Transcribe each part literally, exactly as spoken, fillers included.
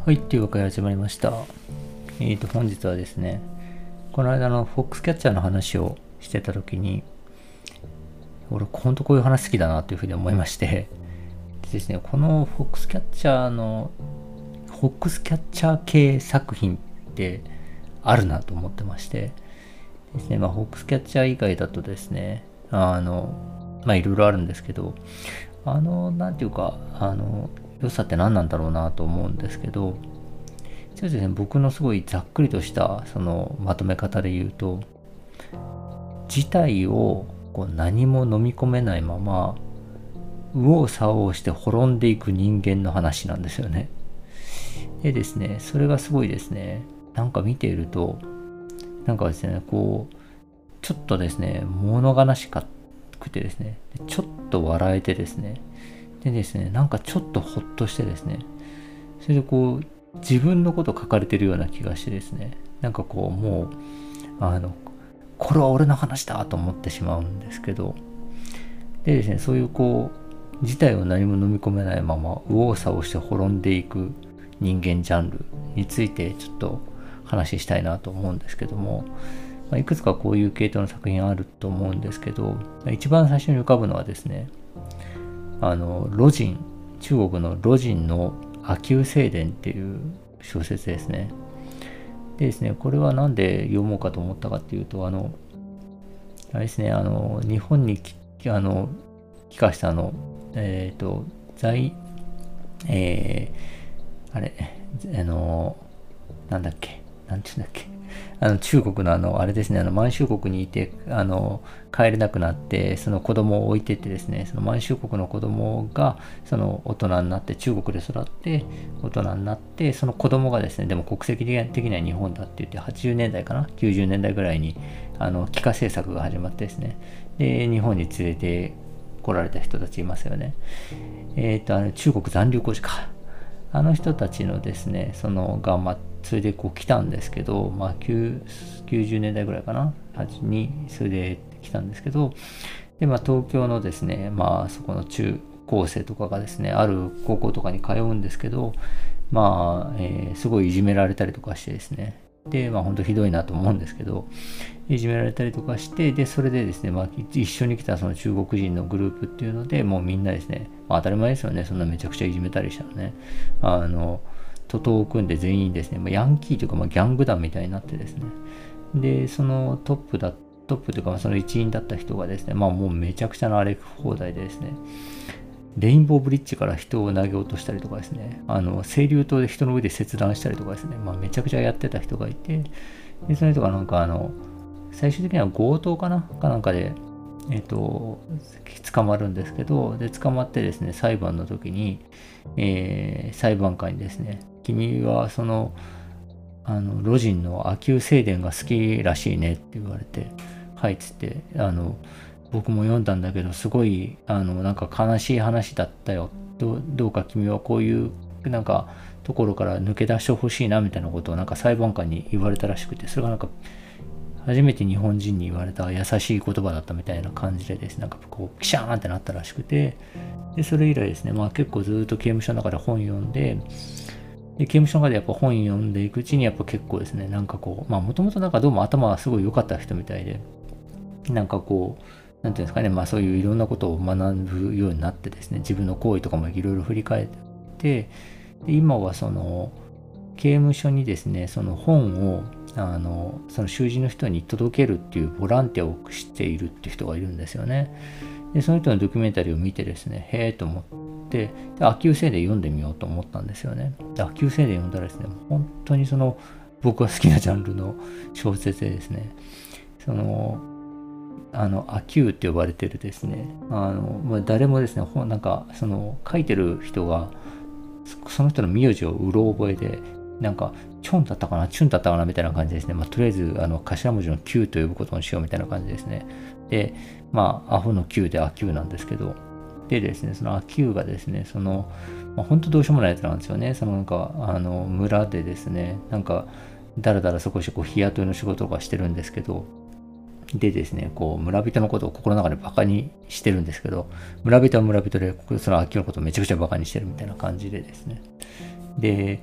はい、というわけで始まりました。えーと、本日はですね、この間のフォックスキャッチャーの話をしてた時に、俺、ほんとこういう話好きだなというふうに思いまして、でですね、このフォックスキャッチャーの、フォックスキャッチャー系作品ってあるなと思ってまして、ですね、まあ、フォックスキャッチャー以外だとですね、あの、まあ、いろいろあるんですけど、あの、なんていうか、あの、良さって何なんだろうなと思うんですけど、そうですね、僕のすごいざっくりとしたそのまとめ方で言うと、事態をこう何も飲み込めないまま右往左往して滅んでいく人間の話なんですよね。でですね、それがすごいですね、なんか見ていると、なんかですね、こう、ちょっとですね、物悲しくてですね、ちょっと笑えてですね、でですね、なんかちょっとほっとしてですね、それでこう、自分のこと書かれてるような気がしてですね、なんかこう、もう、あの、これは俺の話だと思ってしまうんですけど、でですね、そういうこう、事態を何も飲み込めないまま、右往左往して滅んでいく人間ジャンルについてちょっと話したいなと思うんですけども、まあ、いくつかこういう系統の作品あると思うんですけど、一番最初に浮かぶのはですね、あの、魯迅、中国の魯迅の阿久正伝っていう小説ですね。でですね、これはなんで読もうかと思ったかっていうと、あの、あれですね、あの、日本にきあの帰化したあの、えっ、ー、と、在、えー、あれ、あの、なんだっけ、なんていうんだっけ、あの中国のあの、あれですね、あの満州国にいて、あの、帰れなくなって、その子供を置いてってですね、その満州国の子供が、その大人になって、中国で育って、大人になって、その子供がですね、でも国籍的には日本だって言って、はちじゅうねんだいかな、きゅうじゅうねんだいぐらいに、あの、帰化政策が始まってですね、で、日本に連れて来られた人たちいますよね。えっ、ー、と、あの、中国残留孤児か。あの人たちのですね、そのが、まあ、それでこう来たんですけど、まあ、きゅうじゅうねんだいぐらいかな、に、それで来たんですけど、で、まあ、東京のですね、まあ、そこの中高生とかがですね、ある高校とかに通うんですけど、まあ、えー、すごいいじめられたりとかしてですね、で、まあ、本当ひどいなと思うんですけど、いじめられたりとかして、で、それでですね、まあ、一緒に来たその中国人のグループっていうので、もうみんなですね、まあ、当たり前ですよね、そんなめちゃくちゃいじめたりしたらね、あの、徒党を組んで全員ですね、まあ、ヤンキーというか、まあ、ギャング団みたいになってですね、で、そのトップだ、トップというか、その一員だった人がですね、まあもうめちゃくちゃな荒れ放題でですね、レインボーブリッジから人を投げ落としたりとかですね、あの、清流島で人の上で切断したりとかですね、まあめちゃくちゃやってた人がいて、で、その人がなんかあの、最終的には強盗かなかなんかで、えっ、ー、と、捕まるんですけど、で、捕まってですね、裁判の時に、えー、裁判官にですね、君はその、あの、魯迅の阿久正伝が好きらしいねって言われて、はいっつって、あの、僕も読んだんだけど、すごい、あの、なんか悲しい話だったよ。どうどうか君はこういう、なんか、ところから抜け出してほしいなみたいなことをなんか裁判官に言われたらしくて、それがなんか初めて日本人に言われた優しい言葉だったみたいな感じでですね、なんかこう、キシャーンってなったらしくて、で、それ以来ですね、まあ結構ずっと刑務所の中で本読んで、で、刑務所の中でやっぱ本読んでいくうちにやっぱ結構ですね、なんかこう、まあもともとなんかどうも頭がすごい良かった人みたいで、なんかこう、なんていうんですかね、まあそういういろんなことを学ぶようになってですね、自分の行為とかもいろいろ振り返って、で今はその、刑務所にですね、その本を、あの、その囚人の人に届けるっていうボランティアをしているっていう人がいるんですよね。で、その人のドキュメンタリーを見てですね、へえと思って、で、阿久正伝読んでみようと思ったんですよね。で、阿久正伝読んだらですね、本当にその、僕が好きなジャンルの小説でですね、その、あの、阿久って呼ばれてるですね、あの、まあ、誰もですね、なんか、その、書いてる人が、その人の名字をうろ覚えで、なんか、チョンだったかな、チュンだったかなみたいな感じですね。まあ、とりあえず、あの、頭文字の Q と呼ぶことにしようみたいな感じですね。で、まあ、アホの Q でア Q なんですけど、でですね、そのア Q がですね、その、まあ、本当どうしようもないやつなんですよね。そのなんか、あの、村でですね、なんか、だらだらそこしてこう日雇いの仕事とかしてるんですけど、でですね、こう、村人のことを心の中でバカにしてるんですけど、村人は村人で、そのア Q のことをめちゃくちゃバカにしてるみたいな感じでですね。で、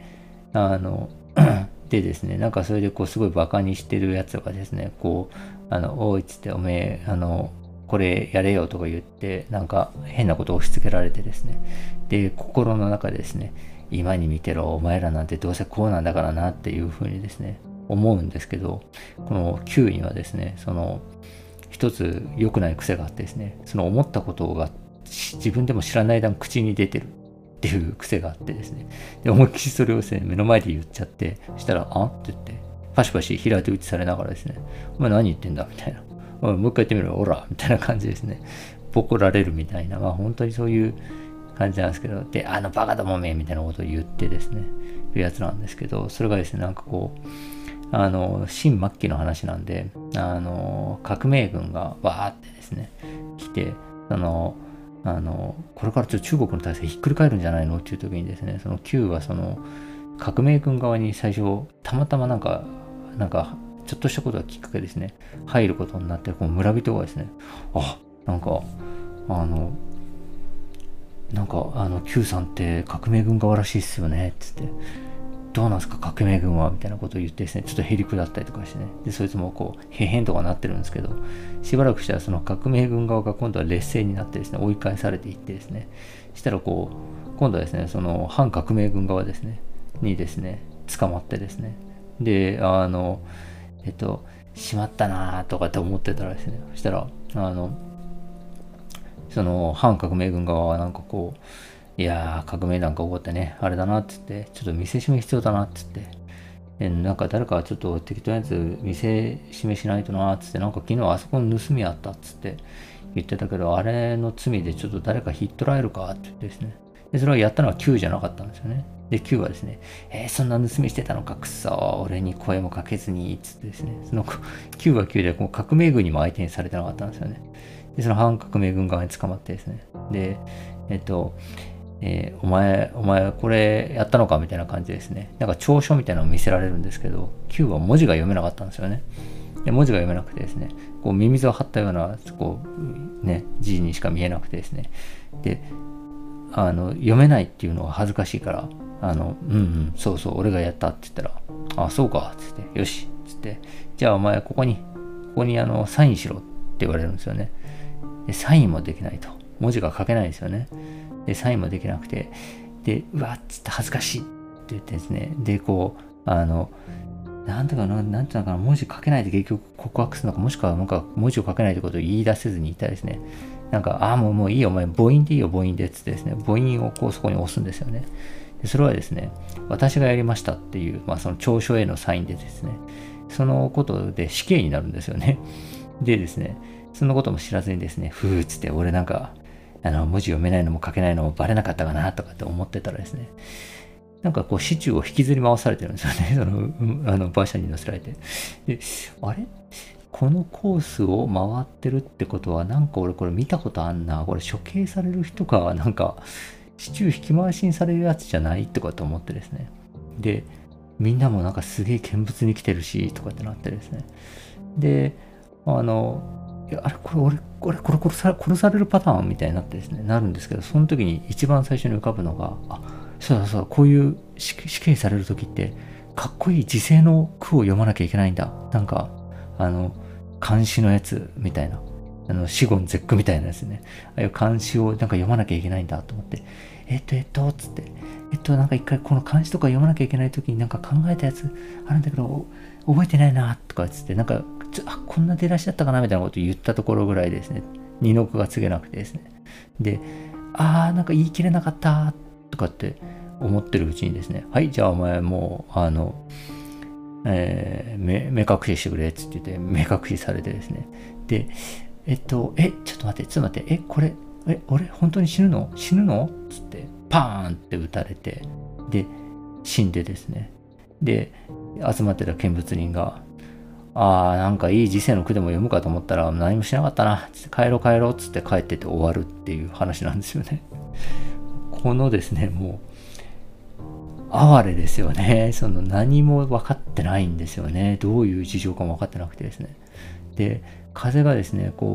あの、でですね、なんかそれでこうすごいバカにしてるやつがですね、こう、あの、おいっつって、おめえ、あの、これやれよとか言って、なんか変なことを押し付けられてですね、で、心の中でですね、今に見てろ、お前らなんてどうせこうなんだからなっていうふうにですね、思うんですけど、このきゅうにはですね、その、一つ良くない癖があってですね、その思ったことが自分でも知らない間に口に出てるっていう癖があってですね、で思いっきりそれをですね、目の前で言っちゃって、そしたら、あって言って、パシパシ平手打ちされながらですね、お前何言ってんだみたいな。おいもう一回言ってみろよ、オラみたいな感じですね。ボコられるみたいな、まあ本当にそういう感じなんですけど、で、あのバカどもめみたいなことを言ってですね、いうやつなんですけど、それがですね、なんかこう、あの、新末期の話なんで、あの、革命軍がわーってですね、来て、その、あの、これからちょっと中国の体制ひっくり返るんじゃないのっていう時にですね、その Q はその、革命軍側に最初、たまたまなんか、なんか、ちょっとしたことがきっかけですね、入ることになって、この村人がですね、あ、なんか、あの、なんか、あの、Q さんって革命軍側らしいっすよね、つって、どうなんすか革命軍はみたいなことを言ってですね、ちょっとへりくだったりとかしてね、で、そいつもこう、へへんとかなってるんですけど、しばらくしたらその革命軍側が今度は劣勢になってですね、追い返されていってですね、したらこう、今度はですね、その反革命軍側ですね、にですね、捕まってですね、で、あの、えっと、しまったなーとかって思ってたらですね、そしたら、あの、その反革命軍側はなんかこう、いやー、革命なんか起こってね、あれだなっつって、ちょっと見せしめ必要だなっつって、えなんか誰かちょっと適当なやつ見せしめしないとなっつって、なんか昨日あそこに盗みあったっつって言ってたけど、あれの罪でちょっと誰かひっ捕らえるかって言ってですね。で、それをやったのは Q じゃなかったんですよね。で、Q はですね、えー、そんな盗みしてたのか、くそ俺に声もかけずに、つってですね、その Q は Q でこう革命軍にも相手にされてなかったんですよね。で、その反革命軍側に捕まってですね。で、えっと、えー、お前、お前これやったのかみたいな感じですね。なんか調書みたいなのを見せられるんですけど、Q は文字が読めなかったんですよね。で文字が読めなくてですね、こうミミズを張ったような、こう、ね、字にしか見えなくてですね。で、あの、読めないっていうのが恥ずかしいから、あの、うんうん、そうそう、俺がやったって言ったら、あ、そうか、つって、よし、つって、じゃあお前ここに、ここにあの、サインしろって言われるんですよね。で、サインもできないと。文字が書けないんですよね。で、サインもできなくて、で、うわっつって恥ずかしいって言ってですね、で、こう、あの、なんとかな、なんていうのかな、文字書けないで結局告白するのか、もしくはなんか文字を書けないってことを言い出せずにいたですね、なんか、ああ、もうもういいよ、お前、母音でいいよ、母音でっつってですね、母音をこうそこに押すんですよね。でそれはですね、私がやりましたっていう、まあその長所へのサインでですね、そのことで死刑になるんですよね。でですね、そんなことも知らずにですね、ふーっつって、俺なんか、あの、文字読めないのも書けないのもバレなかったかなとかって思ってたらですね、なんかこう、シチューを引きずり回されてるんですよね。その、あの、馬車に乗せられて。で、あれこのコースを回ってるってことは、なんか俺これ見たことあんな。これ処刑される人か、なんか、シチュー引き回しにされるやつじゃないとかと思ってですね。で、みんなもなんかすげえ見物に来てるし、とかってなってですね。で、あの、いやあれこれ俺、これ、これ殺さ殺されるパターンみたいになってですね、なるんですけど、その時に一番最初に浮かぶのが、あ、そうだそうだ、こういう死刑される時って、かっこいい時世の句を読まなきゃいけないんだ。なんか、あの、漢詩のやつみたいな、あの、死言絶句みたいなやつね。ああいう漢詩をなんか読まなきゃいけないんだと思って、えっと、えっと、つって、えっと、なんか一回この漢詩とか読まなきゃいけない時になんか考えたやつあるんだけど、覚えてないな、とかつって、なんか、ちょあ、こんな出だしだったかなみたいなことを言ったところぐらいですね、二の句が告げなくてですね。で、あー、なんか言い切れなかった、とかって思ってるうちにですね、はい、じゃあお前もう、あの、えー、目目隠ししてくれっつって言って目隠しされてですね。で、えっと、え、ちょっと待って、ちょっと待って、え、これ、え、俺本当に死ぬの死ぬのつって、パーンって撃たれて、で、死んでですね。で、集まってた見物人が、あー、なんかいい時世の句でも読むかと思ったら何もしなかったな、つって帰ろう帰ろうっつって帰ってって終わるっていう話なんですよね。このですね、もう、哀れですよね。その何も分かってないんですよね。どういう事情かも分かってなくてですね。で、風がですね、こ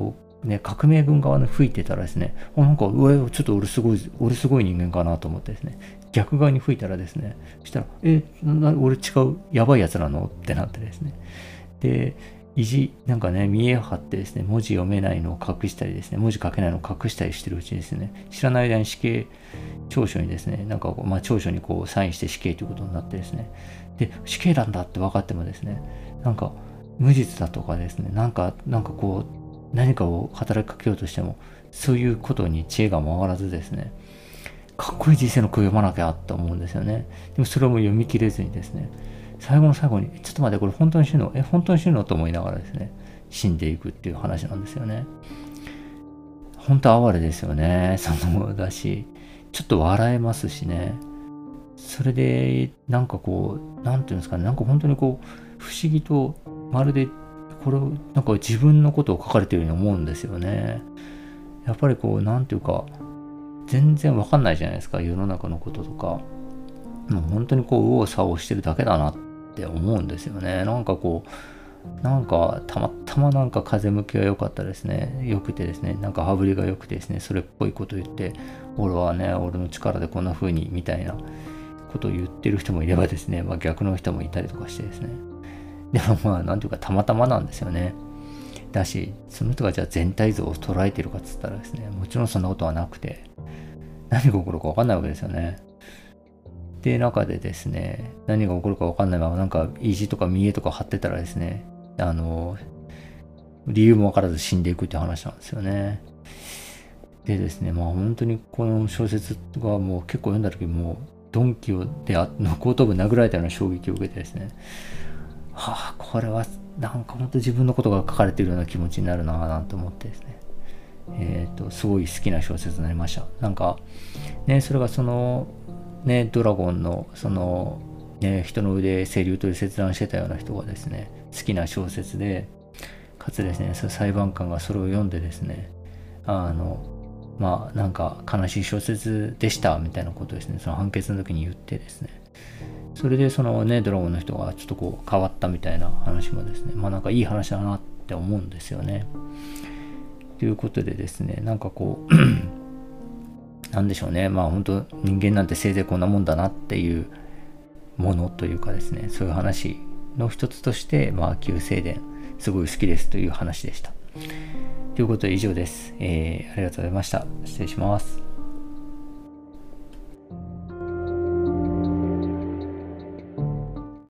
ね、革命軍側の吹いてたらですね、あ、なんか、うわ、ちょっと俺すごい、俺すごい人間かなと思ってですね、逆側に吹いたらですね、そしたら、え、な俺違う、やばいやつなのってなってですね。で、意地、なんかね、見え張ってですね、文字読めないのを隠したりですね、文字書けないのを隠したりしてるうちにですね、知らない間に死刑調書にですね、なんか、まあ、調書にこうサインして死刑ということになってですね、で、死刑なんだって分かってもですね、なんか、無実だとかですね、なんか、なんかこう、何かを働きかけようとしても、そういうことに知恵が回らずですね、かっこいい人生の句を読まなきゃって思うんですよね。でもそれをもう読み切れずにですね、最後の最後に、ちょっと待って、これ本当に死ぬのえ、本当に死ぬのと思いながらですね、死んでいくっていう話なんですよね。本当哀れですよね。その、だし、ちょっと笑えますしね。それで、なんかこう、なんていうんですかね、なんか本当にこう、不思議と、まるで、これを、なんか自分のことを書かれているように思うんですよね。やっぱりこう、なんていうか、全然わかんないじゃないですか、世の中のこととか。もう本当にこう、右往左往してるだけだなって思うんですよね。なんかこう、なんかたまたまなんか風向きが良かったですね。良くてですね、なんか羽振りが良くてですね、それっぽいこと言って、俺はね、俺の力でこんな風にみたいなことを言ってる人もいればですね、まあ逆の人もいたりとかしてですね。でもまあ、なんていうかたまたまなんですよね。だし、その人がじゃあ全体像を捉えてるかっつったらですね、もちろんそんなことはなくて、何が起こるか分かんないわけですよね。で、中でですね、何が起こるか分かんないまま、なんか意地とか見栄とか張ってたらですね、あの、理由も分からず死んでいくって話なんですよね。でですね、まあ本当にこの小説がもう結構読んだ時もう、ドンキをであの後頭部殴られたような衝撃を受けてですね、はあ、これはなんか本当自分のことが書かれているような気持ちになるなぁなんて思ってですね、えっと、すごい好きな小説になりました。なんか、ね、それがその、ね、ドラゴンの、その、ね、人の腕、清流と切断してたような人がですね、好きな小説で、かつですね、その裁判官がそれを読んでですね、あの、まあ、なんか悲しい小説でしたみたいなことをですね、その判決の時に言ってですね、それでそのね、ドラゴンの人がちょっとこう変わったみたいな話もですね、まあなんかいい話だなって思うんですよね。ということでですね、なんかこう、なんでしょうね、まあ本当人間なんてせいぜいこんなもんだなっていうものというかですね、そういう話の一つとして、まあ旧正伝、すごい好きですという話でした。ということで以上です。えー、ありがとうございました。失礼します。